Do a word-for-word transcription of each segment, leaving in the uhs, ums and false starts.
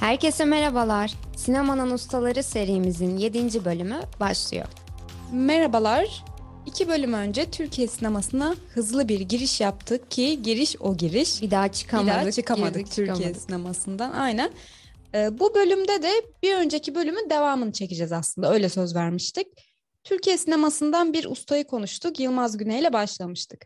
Herkese merhabalar. Sinemanın Ustaları serimizin yedinci bölümü başlıyor. Merhabalar. İki bölüm önce Türkiye sinemasına hızlı bir giriş yaptık ki giriş o giriş. Bir daha çıkamadık. Bir daha çıkamadık girdik, Türkiye çıkamadık. sinemasından. Aynen. Ee, bu bölümde de bir önceki bölümün devamını çekeceğiz aslında. Öyle söz vermiştik. Türkiye sinemasından bir ustayı konuştuk. Yılmaz Güney ile başlamıştık.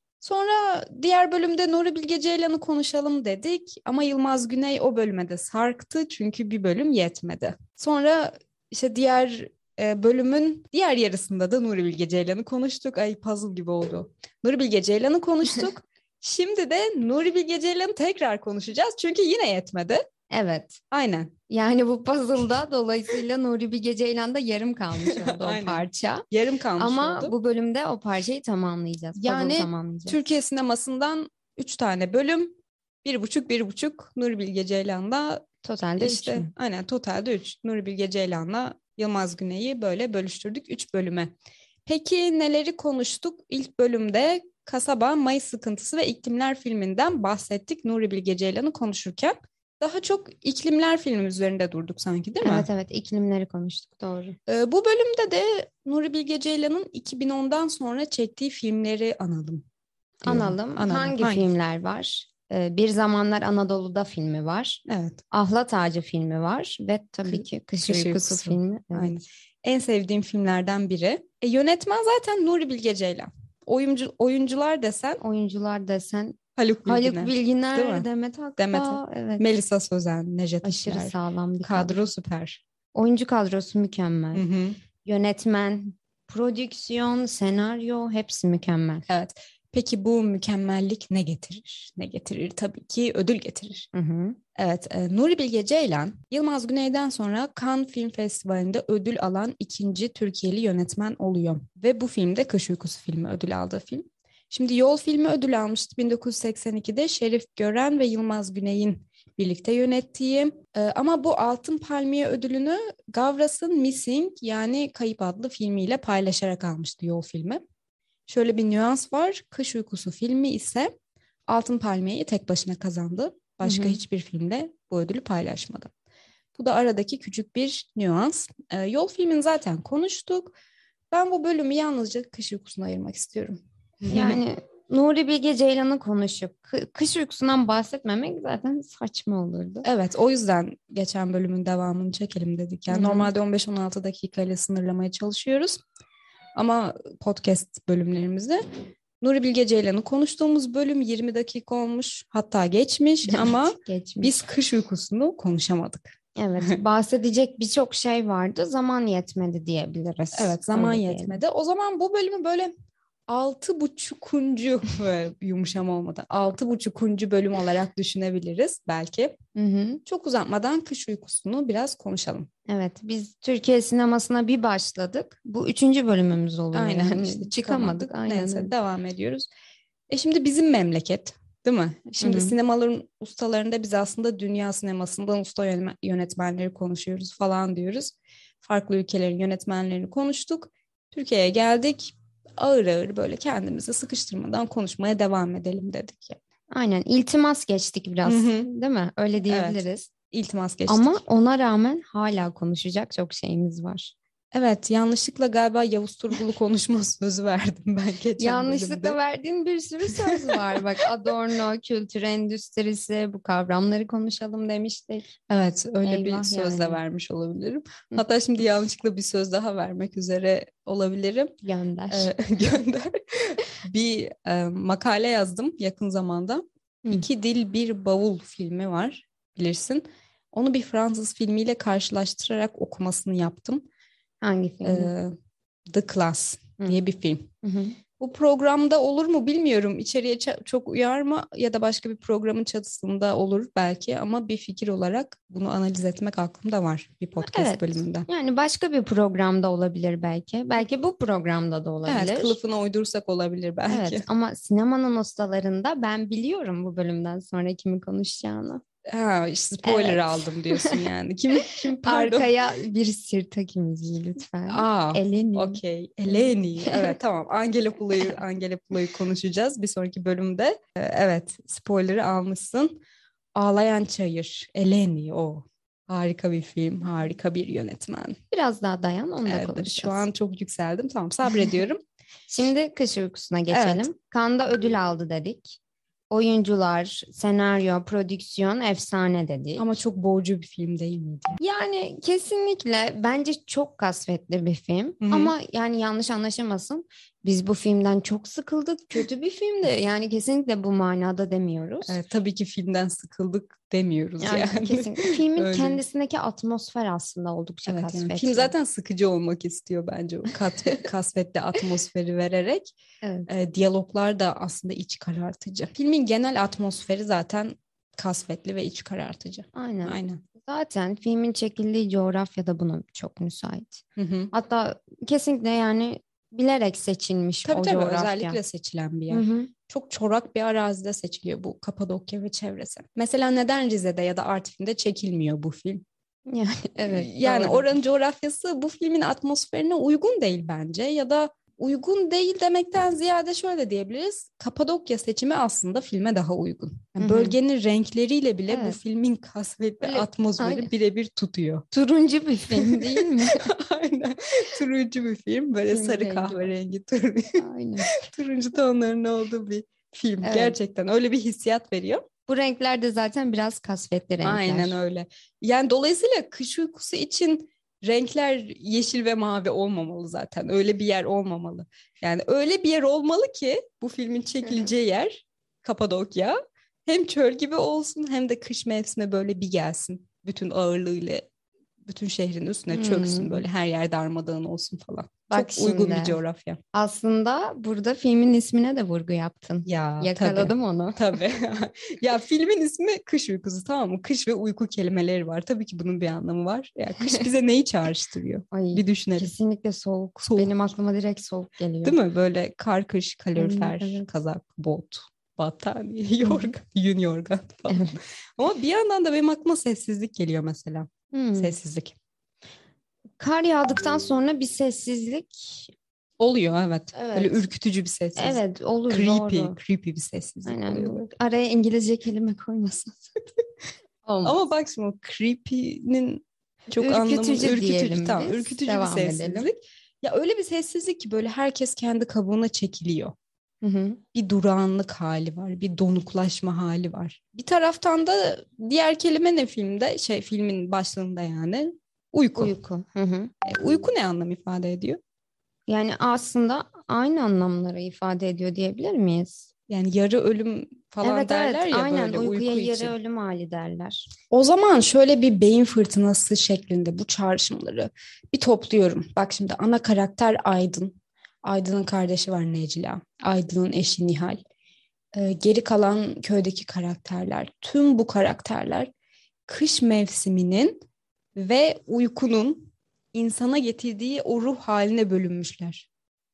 Sonra diğer bölümde Nuri Bilge Ceylan'ı konuşalım dedik. Ama Yılmaz Güney o bölüme de sarktı. Çünkü bir bölüm yetmedi. Sonra işte diğer e, bölümün diğer yarısında da Nuri Bilge Ceylan'ı konuştuk. Ay puzzle gibi oldu. Nuri Bilge Ceylan'ı konuştuk. Şimdi de Nuri Bilge Ceylan'ı tekrar konuşacağız. Çünkü yine yetmedi. Evet. Aynen. Yani bu puzzle'da dolayısıyla Nuri Bilge Ceylan'da yarım kalmış oldu o parça. Yarım kalmış Ama oldu. bu bölümde o parçayı tamamlayacağız. Yani tamamlayacağız. Türkiye sinemasından üç tane bölüm, bir buçuk, bir buçuk Nuri Bilge Ceylan'da Totalde işte, üç mü? Aynen totalde üç. Nuri Bilge Ceylan'la Yılmaz Güney'i böyle bölüştürdük üç bölüme. Peki neleri konuştuk? İlk bölümde Kasaba, Mayıs Sıkıntısı ve İklimler filminden bahsettik Nuri Bilge Ceylan'ı konuşurken. Daha çok iklimler filmi üzerinde durduk sanki, değil mi? Evet evet iklimleri konuştuk, doğru. Ee, bu bölümde de Nuri Bilge Ceylan'ın iki bin ondan sonra çektiği filmleri analım. diyorum. Analım. Analım. Hangi, Hangi filmler var? Ee, Bir Zamanlar Anadolu'da filmi var. Evet. Ahlat Ağacı filmi var ve tabii Kı- ki Kış, Kış Uykusu, Uykusu. filmi. Evet. Aynen. En sevdiğim filmlerden biri. E, yönetmen zaten Nuri Bilge Ceylan. Oyuncu oyuncular desen Oyuncular desen Haluk Bilginer. Haluk Bilginer, Değil mi? Demet Akbağ, Demet. evet. Melisa Sözen, Nejat Aşırı İşler. sağlam bir kadro. Kadro süper. Oyuncu kadrosu mükemmel. Hı hı. Yönetmen, prodüksiyon, senaryo hepsi mükemmel. Evet. Peki bu mükemmellik ne getirir? Ne getirir? Tabii ki ödül getirir. Hı hı. Evet, e, Nuri Bilge Ceylan, Yılmaz Güney'den sonra Cannes Film Festivali'nde ödül alan ikinci Türkiye'li yönetmen oluyor. Ve bu filmde Kış Uykusu filmi ödül aldığı film. Şimdi Yol filmi ödül almıştı bin dokuz yüz seksen ikide Şerif Gören ve Yılmaz Güney'in birlikte yönettiği. E, ama bu Altın Palmiye ödülünü Gavras'ın Missing yani Kayıp adlı filmiyle paylaşarak almıştı Yol filmi. Şöyle bir nüans var. Kış Uykusu filmi ise Altın Palmiye'yi tek başına kazandı. Başka Hı hı. hiçbir filmde bu ödülü paylaşmadı. Bu da aradaki küçük bir nüans. Ee, Yol filmini zaten konuştuk. Ben bu bölümü yalnızca Kış Uykusu'na ayırmak istiyorum. Yani Nuri Bilge Ceylan'ı konuşup kı- Kış Uykusu'ndan bahsetmemek zaten saçma olurdu. Evet, o yüzden geçen bölümün devamını çekelim dedik. Yani Hı hı. normalde on beş on altı dakikayla sınırlamaya çalışıyoruz. Ama podcast bölümlerimizde Nuri Bilge Ceylan'ı konuştuğumuz bölüm yirmi dakika olmuş, hatta geçmiş ama Geçmiş. biz Kış Uykusu'nu konuşamadık. Evet, bahsedecek birçok şey vardı. Zaman yetmedi diyebiliriz. Evet, zaman Öyle diyelim. yetmedi. O zaman bu bölümü böyle altı buçukuncu böyle yumuşama olmadan altı buçukuncu bölüm olarak düşünebiliriz belki. Hı hı. Çok uzatmadan Kış Uykusu'nu biraz konuşalım. Evet, biz Türkiye sinemasına bir başladık. Bu üçüncü bölümümüz oluyor. Aynen yani. işte Çıkamadık. Aynen Neyse öyle. devam ediyoruz. E şimdi bizim memleket, değil mi? Şimdi Hı hı. sinemaların ustalarında biz aslında dünya sinemasından usta yönetmen- yönetmenleri konuşuyoruz falan diyoruz. Farklı ülkelerin yönetmenlerini konuştuk. Türkiye'ye geldik. Ağır ağır böyle kendimizi sıkıştırmadan konuşmaya devam edelim dedik. Yani. Aynen, iltimas geçtik biraz, Hı hı. değil mi? Öyle diyebiliriz. İltimas geçtik. Ama ona rağmen hala konuşacak çok şeyimiz var. Evet, yanlışlıkla galiba Yavuz Turgul'u konuşma sözü verdim ben geçen Yanlışlıkla bölümde. verdiğin bir sürü söz var. Bak, Adorno, kültür endüstrisi, bu kavramları konuşalım demiştik. Evet, öyle Eyvah bir söz de yani. vermiş olabilirim. Hı. Hatta şimdi yanlışlıkla bir söz daha vermek üzere olabilirim. Gönder. Ee, gönder. Bir e, makale yazdım yakın zamanda. Hı. İki Dil Bir Bavul filmi var, bilirsin. Onu bir Fransız filmiyle karşılaştırarak okumasını yaptım. Hangi film? Ee, The Class Hı. diye bir film. Hı hı. Bu programda olur mu bilmiyorum. İçeriye ça- çok uyar mı ya da başka bir programın çatısında olur belki ama bir fikir olarak bunu analiz etmek aklımda var bir podcast Evet. bölümünde. Yani başka bir programda olabilir belki. Belki bu programda da olabilir. Evet, kılıfına uydursak olabilir belki. Evet, ama sinemanın ustalarında ben biliyorum bu bölümden sonra kimi konuşacağını. Ha, işte spoiler Evet. aldım diyorsun yani. Kim kim pardon. Arkaya bir sirtaki müziği lütfen. Aa, Eleni. okey. Eleni. Evet, tamam. Angela Pula'yı Angela Pula'yı konuşacağız bir sonraki bölümde. Ee, Evet, spoiler'ı almışsın. Ağlayan Çayır. Eleni o. Harika bir film, harika bir yönetmen. Biraz daha dayan, onu da Evet, konuşacağız. şu an çok yükseldim. Tamam, sabrediyorum. Şimdi Kış Uykusu'na geçelim. Evet. Cannes'da ödül aldı dedik. Oyuncular, senaryo, prodüksiyon efsane dedik. Ama çok boğucu bir film değil miydi? Yani kesinlikle bence çok kasvetli bir film. Hı hı. Ama yani yanlış anlaşılmasın. Biz bu filmden çok sıkıldık. Kötü bir filmdi. Yani kesinlikle bu manada demiyoruz. Evet, tabii ki filmden sıkıldık demiyoruz yani. Yani kesinlikle. Filmin Öyle. kendisindeki atmosfer aslında oldukça Evet, kasvetli. yani film zaten sıkıcı olmak istiyor bence o kat, kasvetli atmosferi vererek. Evet. E, diyaloglar da aslında iç karartıcı. Filmin genel atmosferi zaten kasvetli ve iç karartıcı. Aynen. Aynen. Zaten filmin çekildiği coğrafya da buna çok müsait. Hı hı. Hatta kesinlikle yani bilerek seçilmiş Tabii o tabii coğrafya. özellikle seçilen bir yer. Hı hı. Çok çorak bir arazide seçiliyor bu Kapadokya ve çevresi. Mesela neden Rize'de ya da Artvin'de çekilmiyor bu film? Yani evet. Yani doğru. oranın coğrafyası bu filmin atmosferine uygun değil bence ya da uygun değil demekten ziyade şöyle diyebiliriz. Kapadokya seçimi aslında filme daha uygun. Yani Hı hı. bölgenin renkleriyle bile bu Evet. filmin kasvetli Böyle- atmosferi aynen. birebir tutuyor. Turuncu bir film değil mi? Aynen. Turuncu bir film. Böyle Film sarı rengi. kahverengi tur Aynen. turuncu tonların olduğu bir film. Evet. Gerçekten öyle bir hissiyat veriyor. Bu renkler de zaten biraz kasvetli renkler. Aynen öyle. Yani dolayısıyla kış uykusu için renkler yeşil ve mavi olmamalı zaten. Öyle bir yer olmamalı. Yani öyle bir yer olmalı ki bu filmin çekileceği yer Kapadokya hem çöl gibi olsun hem de kış mevsimi böyle bir gelsin. Bütün ağırlığıyla bütün şehrin üstüne Hmm. çöksün böyle her yer darmadağın olsun falan. Bak Çok uygun bir şimdi. coğrafya. Aslında burada filmin ismine de vurgu yaptın. Ya Yakaladım onu. tabii. Ya filmin ismi Kış Uykusu, tamam mı? Kış ve uyku kelimeleri var. Tabii ki bunun bir anlamı var. Ya kış bize neyi çağrıştırıyor? Ay, Bir düşünelim. kesinlikle soğuk. Soğuk. Benim aklıma direkt soğuk geliyor. Değil mi? Böyle kar, kış, kalorifer, Evet, evet. kazak, bot, battaniye, yorgan, yün yorgan falan. Evet. Ama bir yandan da benim aklıma sessizlik geliyor mesela. Hmm. Sessizlik. Kar yağdıktan sonra bir sessizlik. Oluyor evet. Evet. Böyle ürkütücü bir sessizlik. Evet, olur, Creepy, doğru. creepy bir sessizlik Aynen. oluyor. Araya İngilizce kelime koymasın. Olmaz. Ama bak şimdi o creepy'nin çok Ürkütücü anlamı ürkütücü, diyelim tamam, biz. ürkütücü Devam bir edelim. sessizlik. Ya öyle bir sessizlik ki böyle herkes kendi kabuğuna çekiliyor. Hı hı. Bir durağanlık hali var, bir donuklaşma hali var. Bir taraftan da diğer kelime ne filmde? Şey filmin başlığında yani uyku. Uyku. Hı hı. E, uyku ne anlam ifade ediyor? Yani aslında aynı anlamları ifade ediyor diyebilir miyiz? Yani yarı ölüm falan Evet, derler evet, ya aynen böyle uykuya uyku yarı için. ölüm hali derler. O zaman şöyle bir beyin fırtınası şeklinde bu çağrışımları bir topluyorum. Bak şimdi ana karakter Aydın. Aydın'ın kardeşi var Necla. Aydın'ın eşi Nihal. Ee, geri kalan köydeki karakterler. Tüm bu karakterler kış mevsiminin ve uykunun insana getirdiği o ruh haline bölünmüşler.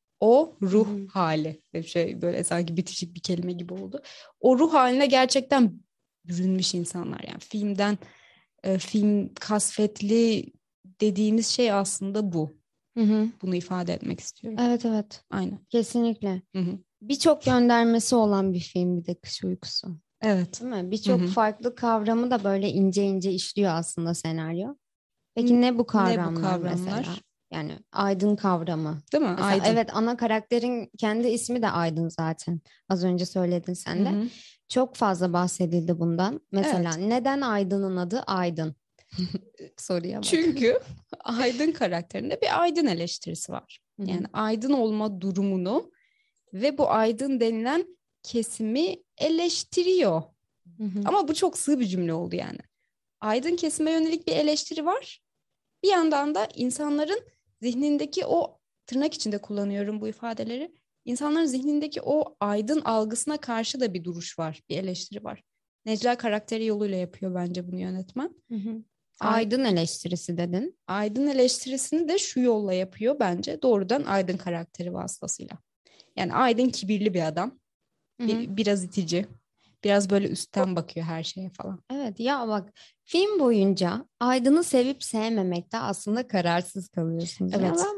O ruh Hı hı. hali. Şey böyle sanki bitişik bir kelime gibi oldu. O ruh haline gerçekten bürünmüş insanlar. Yani filmden e, film kasvetli dediğimiz şey aslında bu. Hı hı. Bunu ifade etmek istiyorum. Evet, evet, Aynen. kesinlikle. Hı hı. Birçok göndermesi olan bir film bir de Kış Uykusu. Evet. Değil mi? Birçok Hı hı. farklı kavramı da böyle ince ince işliyor aslında senaryo. Peki ne bu kavramlar, kavramlar? mesela? Yani aydın kavramı. Değil mi? Mesela Aydın. evet, ana karakterin kendi ismi de Aydın zaten. Az önce söyledin sen de. Hı hı. Çok fazla bahsedildi bundan. Mesela Evet. neden Aydın'ın adı Aydın? Soruya bak. Çünkü Aydın karakterinde bir aydın eleştirisi var. Hı hı. Yani aydın olma durumunu ve bu aydın denilen kesimi eleştiriyor. Hı hı. Ama bu çok sığ bir cümle oldu yani. Aydın kesime yönelik bir eleştiri var. Bir yandan da insanların zihnindeki o, tırnak içinde kullanıyorum bu ifadeleri, İnsanların zihnindeki o aydın algısına karşı da bir duruş var, bir eleştiri var. Necla karakteri yoluyla yapıyor bence bunu yönetmen. Hı hı. Ay- Aydın eleştirisi dedin. Aydın eleştirisini de şu yolla yapıyor bence, doğrudan Aydın karakteri vasıtasıyla. Yani Aydın kibirli bir adam, Hı hı. bir, biraz itici, biraz böyle üstten bakıyor her şeye falan. Evet ya, bak, film boyunca Aydın'ı sevip sevmemekte aslında kararsız kalıyorsunuz. Evet. Ya ben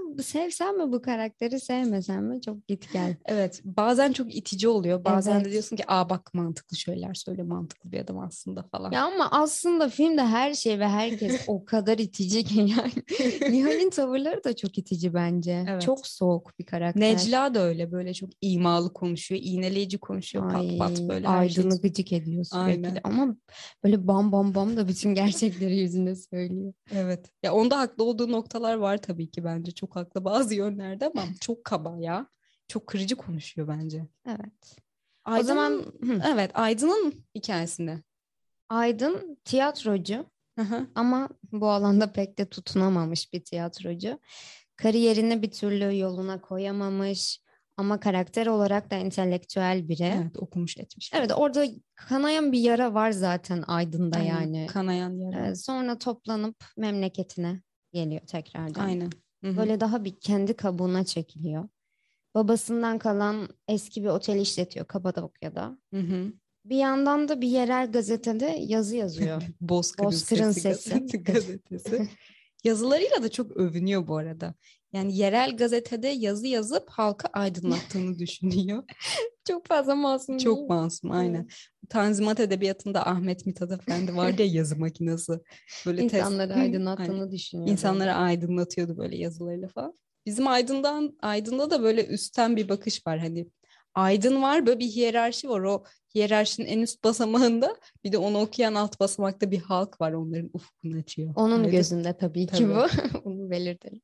sevsen mi bu karakteri, sevmesen mi çok git gel. Evet, bazen çok itici oluyor. Bazen Evet. de diyorsun ki aa bak mantıklı şeyler söyle, mantıklı bir adam aslında falan. Ya ama aslında filmde her şey ve herkes o kadar itici ki yani. Nihal'in tavırları da çok itici bence. Evet. Çok soğuk bir karakter. Necla da öyle, böyle çok imalı konuşuyor, iğneleyici konuşuyor, pat pat Ay, böyle her şey. Aydın'ı gıcık ediyor sürekli. Aynen. Ama böyle bam bam bam da bütün gerçekleri yüzüne söylüyor. Evet. Ya onda haklı olduğu noktalar var tabii ki bence. Çok haklı bazı yönlerde ama çok kaba ya. Çok kırıcı konuşuyor bence. Evet. O zaman Aydın, hı, evet, Aydın'ın hikayesinde. Aydın tiyatrocu Hı hı. ama bu alanda pek de tutunamamış bir tiyatrocu. Kariyerini bir türlü yoluna koyamamış ama karakter olarak da entelektüel biri. Evet, okumuş etmiş Evet, falan. orada kanayan bir yara var zaten Aydın'da Aynen. yani. Kanayan yara. Ee, sonra toplanıp memleketine geliyor tekrardan. Aynen. Hı hı. Böyle daha bir kendi kabuğuna çekiliyor. Babasından kalan eski bir otel işletiyor Kapadokya'da. Hı hı. Bir yandan da bir yerel gazetede yazı yazıyor. Bozkır'ın Bozkır'ın Sesi Sesi. gazete- gazetesi. Yazılarıyla da çok övünüyor bu arada. Yani yerel gazetede yazı yazıp halkı aydınlattığını düşünüyor. Çok fazla masum değil Çok mi? masum, aynen. Evet. Tanzimat Edebiyatı'nda Ahmet Mithat Efendi vardı ya, yazı makinesi. Böyle test, İnsanları hani aydınlattığını düşünüyor insanları böyle. aydınlatıyordu böyle yazılarıyla falan. Bizim Aydın'dan Aydın'da da böyle üstten bir bakış var. Hani Aydın var, böyle bir hiyerarşi var. O hiyerarşinin en üst basamağında bir de onu okuyan alt basamakta bir halk var. Onların ufkunu açıyor. Onun Aydın. gözünde tabii ki Tabii. bu. Bunu belirtelim.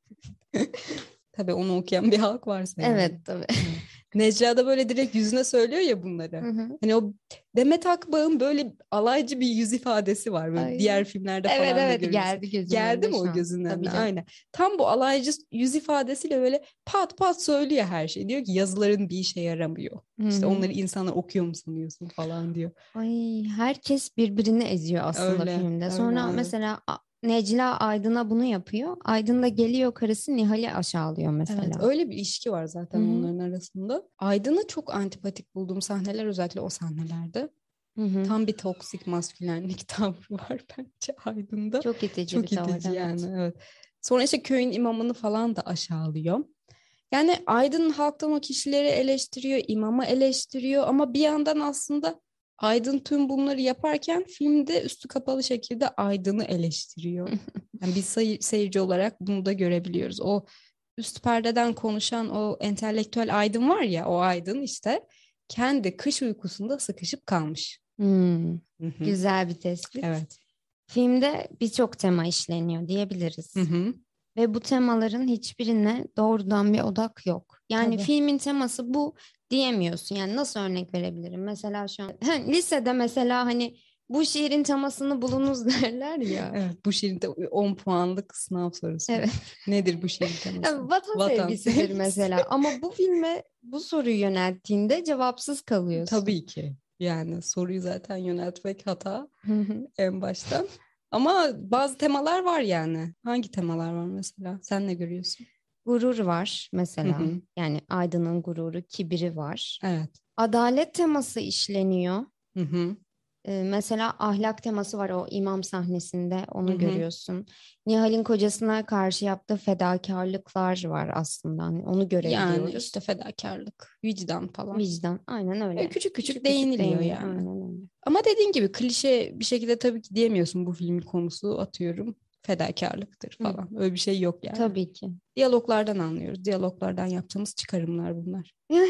Tabii onu okuyan bir halk varsa yani. Evet tabii. Evet. Necla da böyle direkt yüzüne söylüyor ya bunları. Hı hı. Hani o Demet Akbağ'ın böyle alaycı bir yüz ifadesi var. Böyle Ay. diğer filmlerde Evet falan da evet görüyorsun. geldi gözümün Geldi önüne mi şu o an. gözünün Tabii önüne? canım. Aynen. Tam bu alaycı yüz ifadesiyle böyle pat pat söylüyor her şeyi. Diyor ki yazıların bir işe yaramıyor. Hı İşte hı. onları insanlar okuyor mu sanıyorsun falan diyor. Ay, herkes birbirini eziyor aslında Öyle, filmde. öyle, Sonra evet. mesela A- Necla Aydın'a bunu yapıyor. Aydın da geliyor karısı Nihal'i aşağılıyor Evet, mesela. öyle bir ilişki var Hı zaten hı. onların arasında. Aydın'ı çok antipatik bulduğum sahneler özellikle o sahnelerde. Hı hı. Tam bir toksik maskülenlik tavrı var bence Aydın'da. Çok itici bir Çok tavır itici yani, evet. evet. Sonra işte köyün imamını falan da aşağılıyor. Yani Aydın halktan o kişileri eleştiriyor, imamı eleştiriyor ama bir yandan aslında Aydın tüm bunları yaparken filmde üstü kapalı şekilde Aydın'ı eleştiriyor. Yani biz sayı- seyirci olarak bunu da görebiliyoruz. O üst perdeden konuşan o entelektüel Aydın var ya, o Aydın işte kendi kış uykusunda sıkışıp kalmış. Hmm, Hı hı. güzel bir tespit. Evet. Filmde birçok tema işleniyor Hı diyebiliriz. hı. Ve bu temaların hiçbirine doğrudan bir odak yok. Yani Tabii. filmin teması bu diyemiyorsun. Yani nasıl örnek verebilirim? Mesela şu an lisede mesela hani bu şiirin temasını bulunuz derler ya. Evet, bu şiirde on puanlık sınav sorusu. Evet. Nedir bu şiirin teması? Yani vatan Vatan sevgisidir sevgisi. mesela. Ama bu filme bu soruyu yönelttiğinde cevapsız kalıyorsun. Tabii ki. Yani soruyu zaten yöneltmek hata Hı hı. en baştan. Ama bazı temalar var yani. Hangi temalar var mesela? Sen ne görüyorsun? Gurur var Hı mesela. hı. Yani Aydın'ın gururu, kibiri var. Evet. Adalet teması işleniyor. Hı hı. Ee, mesela ahlak teması var o imam sahnesinde Hı onu hı. görüyorsun. Nihal'in kocasına karşı yaptığı fedakarlıklar var aslında. Hani onu Yani görebiliyoruz. işte fedakarlık, vicdan falan. Vicdan aynen Böyle öyle. küçük küçük Küçük küçük değiniliyor değiniyor yani. aynen öyle. Ama dediğin gibi klişe bir şekilde tabii ki diyemiyorsun bu filmin konusu, atıyorum, fedakarlıktır Hı, falan. Öyle bir şey yok yani. tabii ki. Diyaloglardan anlıyoruz. Diyaloglardan yaptığımız çıkarımlar bunlar. Yani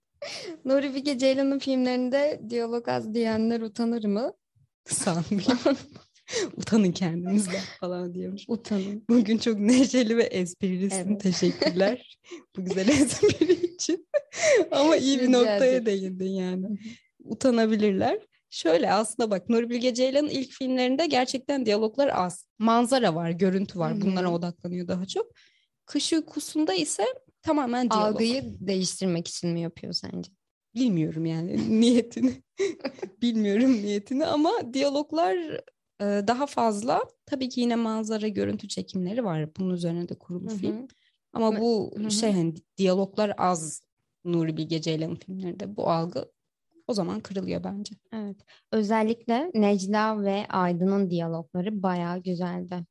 Nuri Bilge Ceylan'ın filmlerinde diyalog az diyenler utanır mı? Sanmıyorum. Utanın kendinizden falan diyormuş. Utanın. Bugün çok neşeli ve esprilisin. Evet. Teşekkürler bu güzel espri için. Ama iyi bir Rica noktaya ederim. değindin yani. Utanabilirler. Şöyle aslında bak, Nuri Bilge Ceylan'ın ilk filmlerinde gerçekten diyaloglar az. Manzara var, görüntü Hı var. Bunlara hı. odaklanıyor daha çok. Kış Uykusu'nda ise tamamen diyalog. Algıyı değiştirmek için mi yapıyor sence? Bilmiyorum yani niyetini. Bilmiyorum niyetini ama diyaloglar e, daha fazla. Tabii ki yine manzara, görüntü çekimleri var. Bunun üzerine de kurulu Hı film. hı. Ama Me- bu Hı şey, hı. hani diyaloglar az Nuri Bilge Ceylan'ın filmlerinde. Bu algı o zaman kırılıyor bence. Evet. Özellikle Necla ve Aydın'ın diyalogları bayağı güzeldi. Ve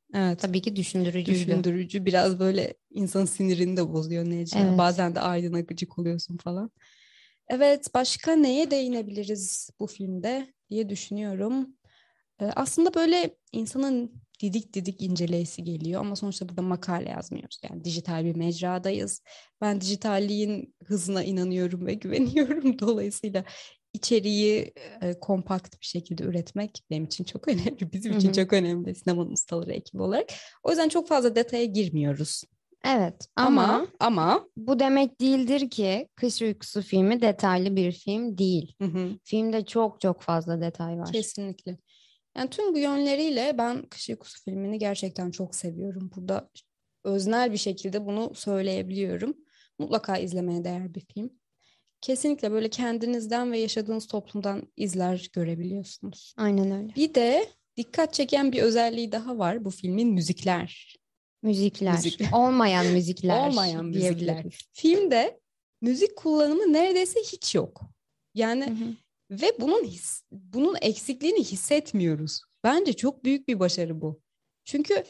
Evet. Tabii ki düşündürücüydü. Düşündürücü, biraz böyle insan sinirini de bozuyor Necla. Evet. Bazen de Aydın'a gıcık oluyorsun falan. Evet, başka neye değinebiliriz bu filmde diye düşünüyorum. Ee, aslında böyle insanın didik didik inceleyesi geliyor ama sonuçta burada makale yazmıyoruz. Yani dijital bir mecradayız. Ben dijitalliğin hızına inanıyorum ve güveniyorum. Dolayısıyla içeriği e, kompakt bir şekilde üretmek benim için çok önemli. Bizim Hı için hı. çok önemli, sinemanın ustaları ekibi olarak. O yüzden çok fazla detaya girmiyoruz. Evet ama, Ama ama bu demek değildir ki Kış Uykusu filmi detaylı bir film değil. hı hı, Filmde çok çok fazla detay var. kesinlikle. Yani tüm bu yönleriyle ben Kış Uykusu filmini gerçekten çok seviyorum. Burada öznel bir şekilde bunu söyleyebiliyorum. Mutlaka izlemeye değer bir film. Kesinlikle böyle kendinizden ve yaşadığınız toplumdan izler görebiliyorsunuz. Aynen öyle. Bir de dikkat çeken bir özelliği daha var bu filmin: müzikler. Müzikler, Müzikler. olmayan müzikler Olmayan müzikler. diyebiliriz. Filmde müzik kullanımı neredeyse hiç yok. Yani Hı hı. ve bunun his, bunun eksikliğini hissetmiyoruz. Bence çok büyük bir başarı bu. Çünkü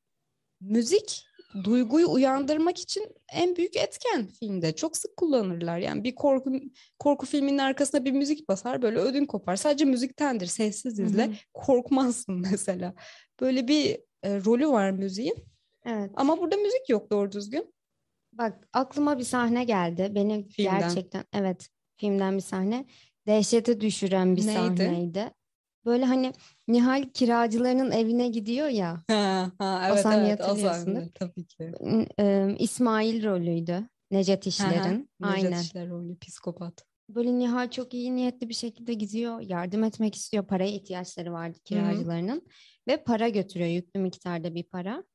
müzik duyguyu uyandırmak için en büyük etken filmde. Çok sık kullanırlar. Yani bir korku korku filminin arkasına bir müzik basar, böyle ödün kopar. Sadece müziktendir. Sessiz Hı izle. hı. Korkmazsın mesela. Böyle bir e, rolü var müziğin. Evet. Ama burada müzik yok doğru düzgün. Bak, aklıma bir sahne geldi. Beni Filmden. gerçekten, evet, filmden bir sahne dehşete düşüren bir Neydi? sahneydi. Böyle hani Nihal kiracılarının evine gidiyor ya. Ha, ha, O evet sahneyi evet o hatırlıyorsundur. sahne tabii ki. N- e, İsmail rolüydü. Necat Ha, ha. İşler'in. Nejat Aynen. İşler oynuyor psikopat. Böyle Nihal çok iyi niyetli bir şekilde gidiyor. Yardım etmek istiyor. Paraya ihtiyaçları vardı Hı hı. kiracılarının. Ve para götürüyor. Yüklü miktarda bir para.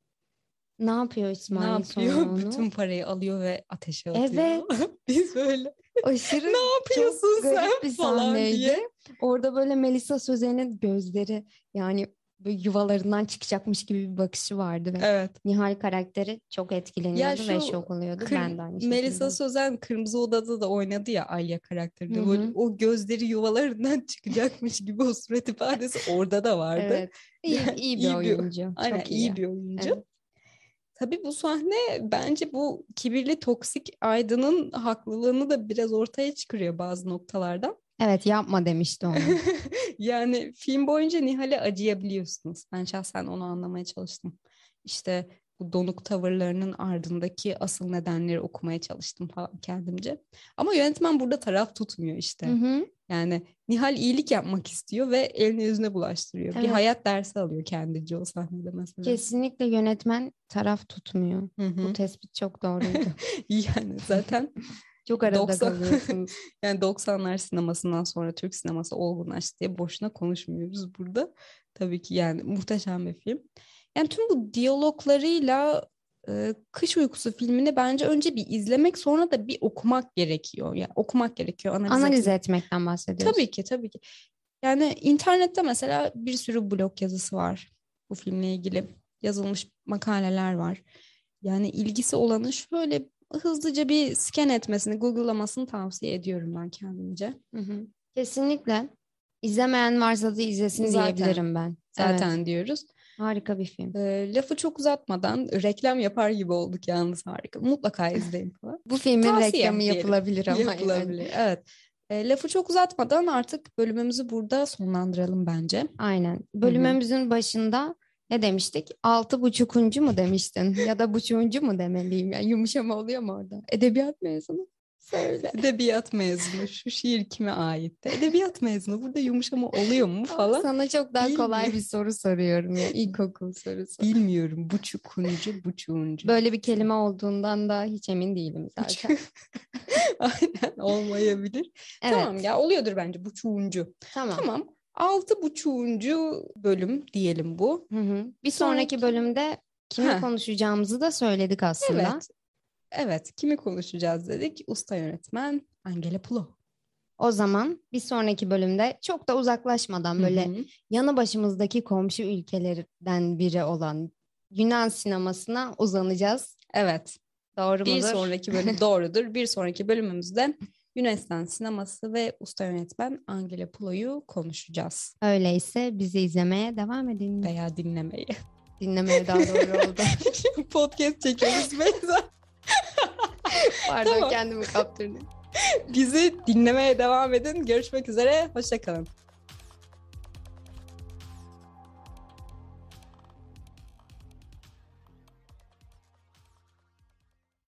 Ne yapıyor Ne İsmail sonra yapıyor? onu? Bütün parayı alıyor ve ateşe atıyor. Evet. Biz böyle Aşırı ne çok yapıyorsun sen garip bir falan sahneydi. diye. Orada böyle Melisa Sözen'in gözleri, yani böyle yuvalarından çıkacakmış gibi bir bakışı vardı ve Evet. Nihal karakteri çok Ya etkileniyordu ve şu şok oluyordu. kır, Ben de aynı Melisa şekilde. Sözen Kırmızı Oda'da da oynadı ya Alya Hı karakterinde. Böyle hı. o gözleri yuvalarından çıkacakmış gibi o surat ifadesi orada da vardı. Evet. İyi, Yani iyi bir iyi bir, oyuncu. aynen Çok iyi. iyi bir oyuncu. Evet. Tabii bu sahne bence bu kibirli toksik Aydın'ın haklılığını da biraz ortaya çıkarıyor bazı noktalardan. Evet, yapma demişti onu. Yani film boyunca Nihal'e acıyabiliyorsunuz. Ben şahsen onu anlamaya çalıştım. İşte bu donuk tavırlarının ardındaki asıl nedenleri okumaya çalıştım falan kendimce. Ama yönetmen burada taraf tutmuyor Hı işte. hı. Yani Nihal iyilik yapmak istiyor ve elini yüzüne bulaştırıyor. Bir Evet. hayat dersi alıyor kendince o sahnede mesela. Kesinlikle yönetmen taraf tutmuyor. Hı Bu hı. tespit çok doğruydu. Yani zaten Çok arada doksan kalıyorsunuz. yani doksanlar sinemasından sonra Türk sineması olgunlaştı diye boşuna konuşmuyoruz burada. Tabii ki yani muhteşem bir film. Yani tüm bu diyaloglarıyla e, Kış Uykusu filmini bence önce bir izlemek, sonra da bir okumak gerekiyor. Yani okumak gerekiyor, analiz Analiz etmek. etmekten bahsediyoruz. Tabii ki tabii ki. Yani internette mesela bir sürü blog yazısı var bu filmle ilgili. Yazılmış makaleler var. Yani ilgisi olanı şöyle hızlıca bir scan etmesini, Google'lamasını tavsiye ediyorum ben kendimce. Hı hı. Kesinlikle. İzlemeyen varsa da izlesin Zaten, diyebilirim ben. Evet. zaten diyoruz. Harika bir film. E, lafı çok uzatmadan reklam yapar gibi olduk yalnız, harika. Mutlaka izleyin falan. Bu filmin reklamı Tavsiye diyelim. yapılabilir ama yani. Yapılabilir. Evet. E, lafı çok uzatmadan artık bölümümüzü burada sonlandıralım bence. Aynen. Hı hı. Bölümümüzün başında ne demiştik? Altı buçukuncu mu demiştin? Ya da buçuğuncu mu demeliyim? Yani yumuşama oluyor mu orada? Edebiyat mezunu. Söyle. Edebiyat mezunu. Şu şiir kime aitti? Edebiyat mezunu. Burada yumuşama oluyor mu Ama falan? sana çok daha kolay Bilmiyorum. bir soru soruyorum ya. İlkokul sorusu. Bilmiyorum. Buçukuncu, buçuğuncu. Böyle bir kelime olduğundan da hiç emin değilim zaten. Aynen olmayabilir. Tamam Evet. ya, oluyordur bence buçuğuncu. Tamam. Tamam. Altı buçuğuncu bölüm diyelim bu. Hı hı. Bir sonraki Sonraki... bölümde kimi Ha, konuşacağımızı da söyledik aslında. evet. Evet. Kimi konuşacağız dedik? Usta yönetmen Angela Plo. O zaman bir sonraki bölümde çok da uzaklaşmadan Hı böyle hı. yanı başımızdaki komşu ülkelerden biri olan Yunan sinemasına uzanacağız. Evet. Doğru Bir mudur? sonraki bölüm doğrudur. Bir sonraki bölümümüzde Yunanistan sineması ve usta yönetmen Angela Plo'yu konuşacağız Öyleyse bizi izlemeye devam edin. veya dinlemeyi. dinlemeye daha doğru oldu. Podcast çekiyoruz Beyza. Pardon Tamam. kendimi kaptırdım. Bizi dinlemeye devam edin. Görüşmek üzere. Hoşça kalın.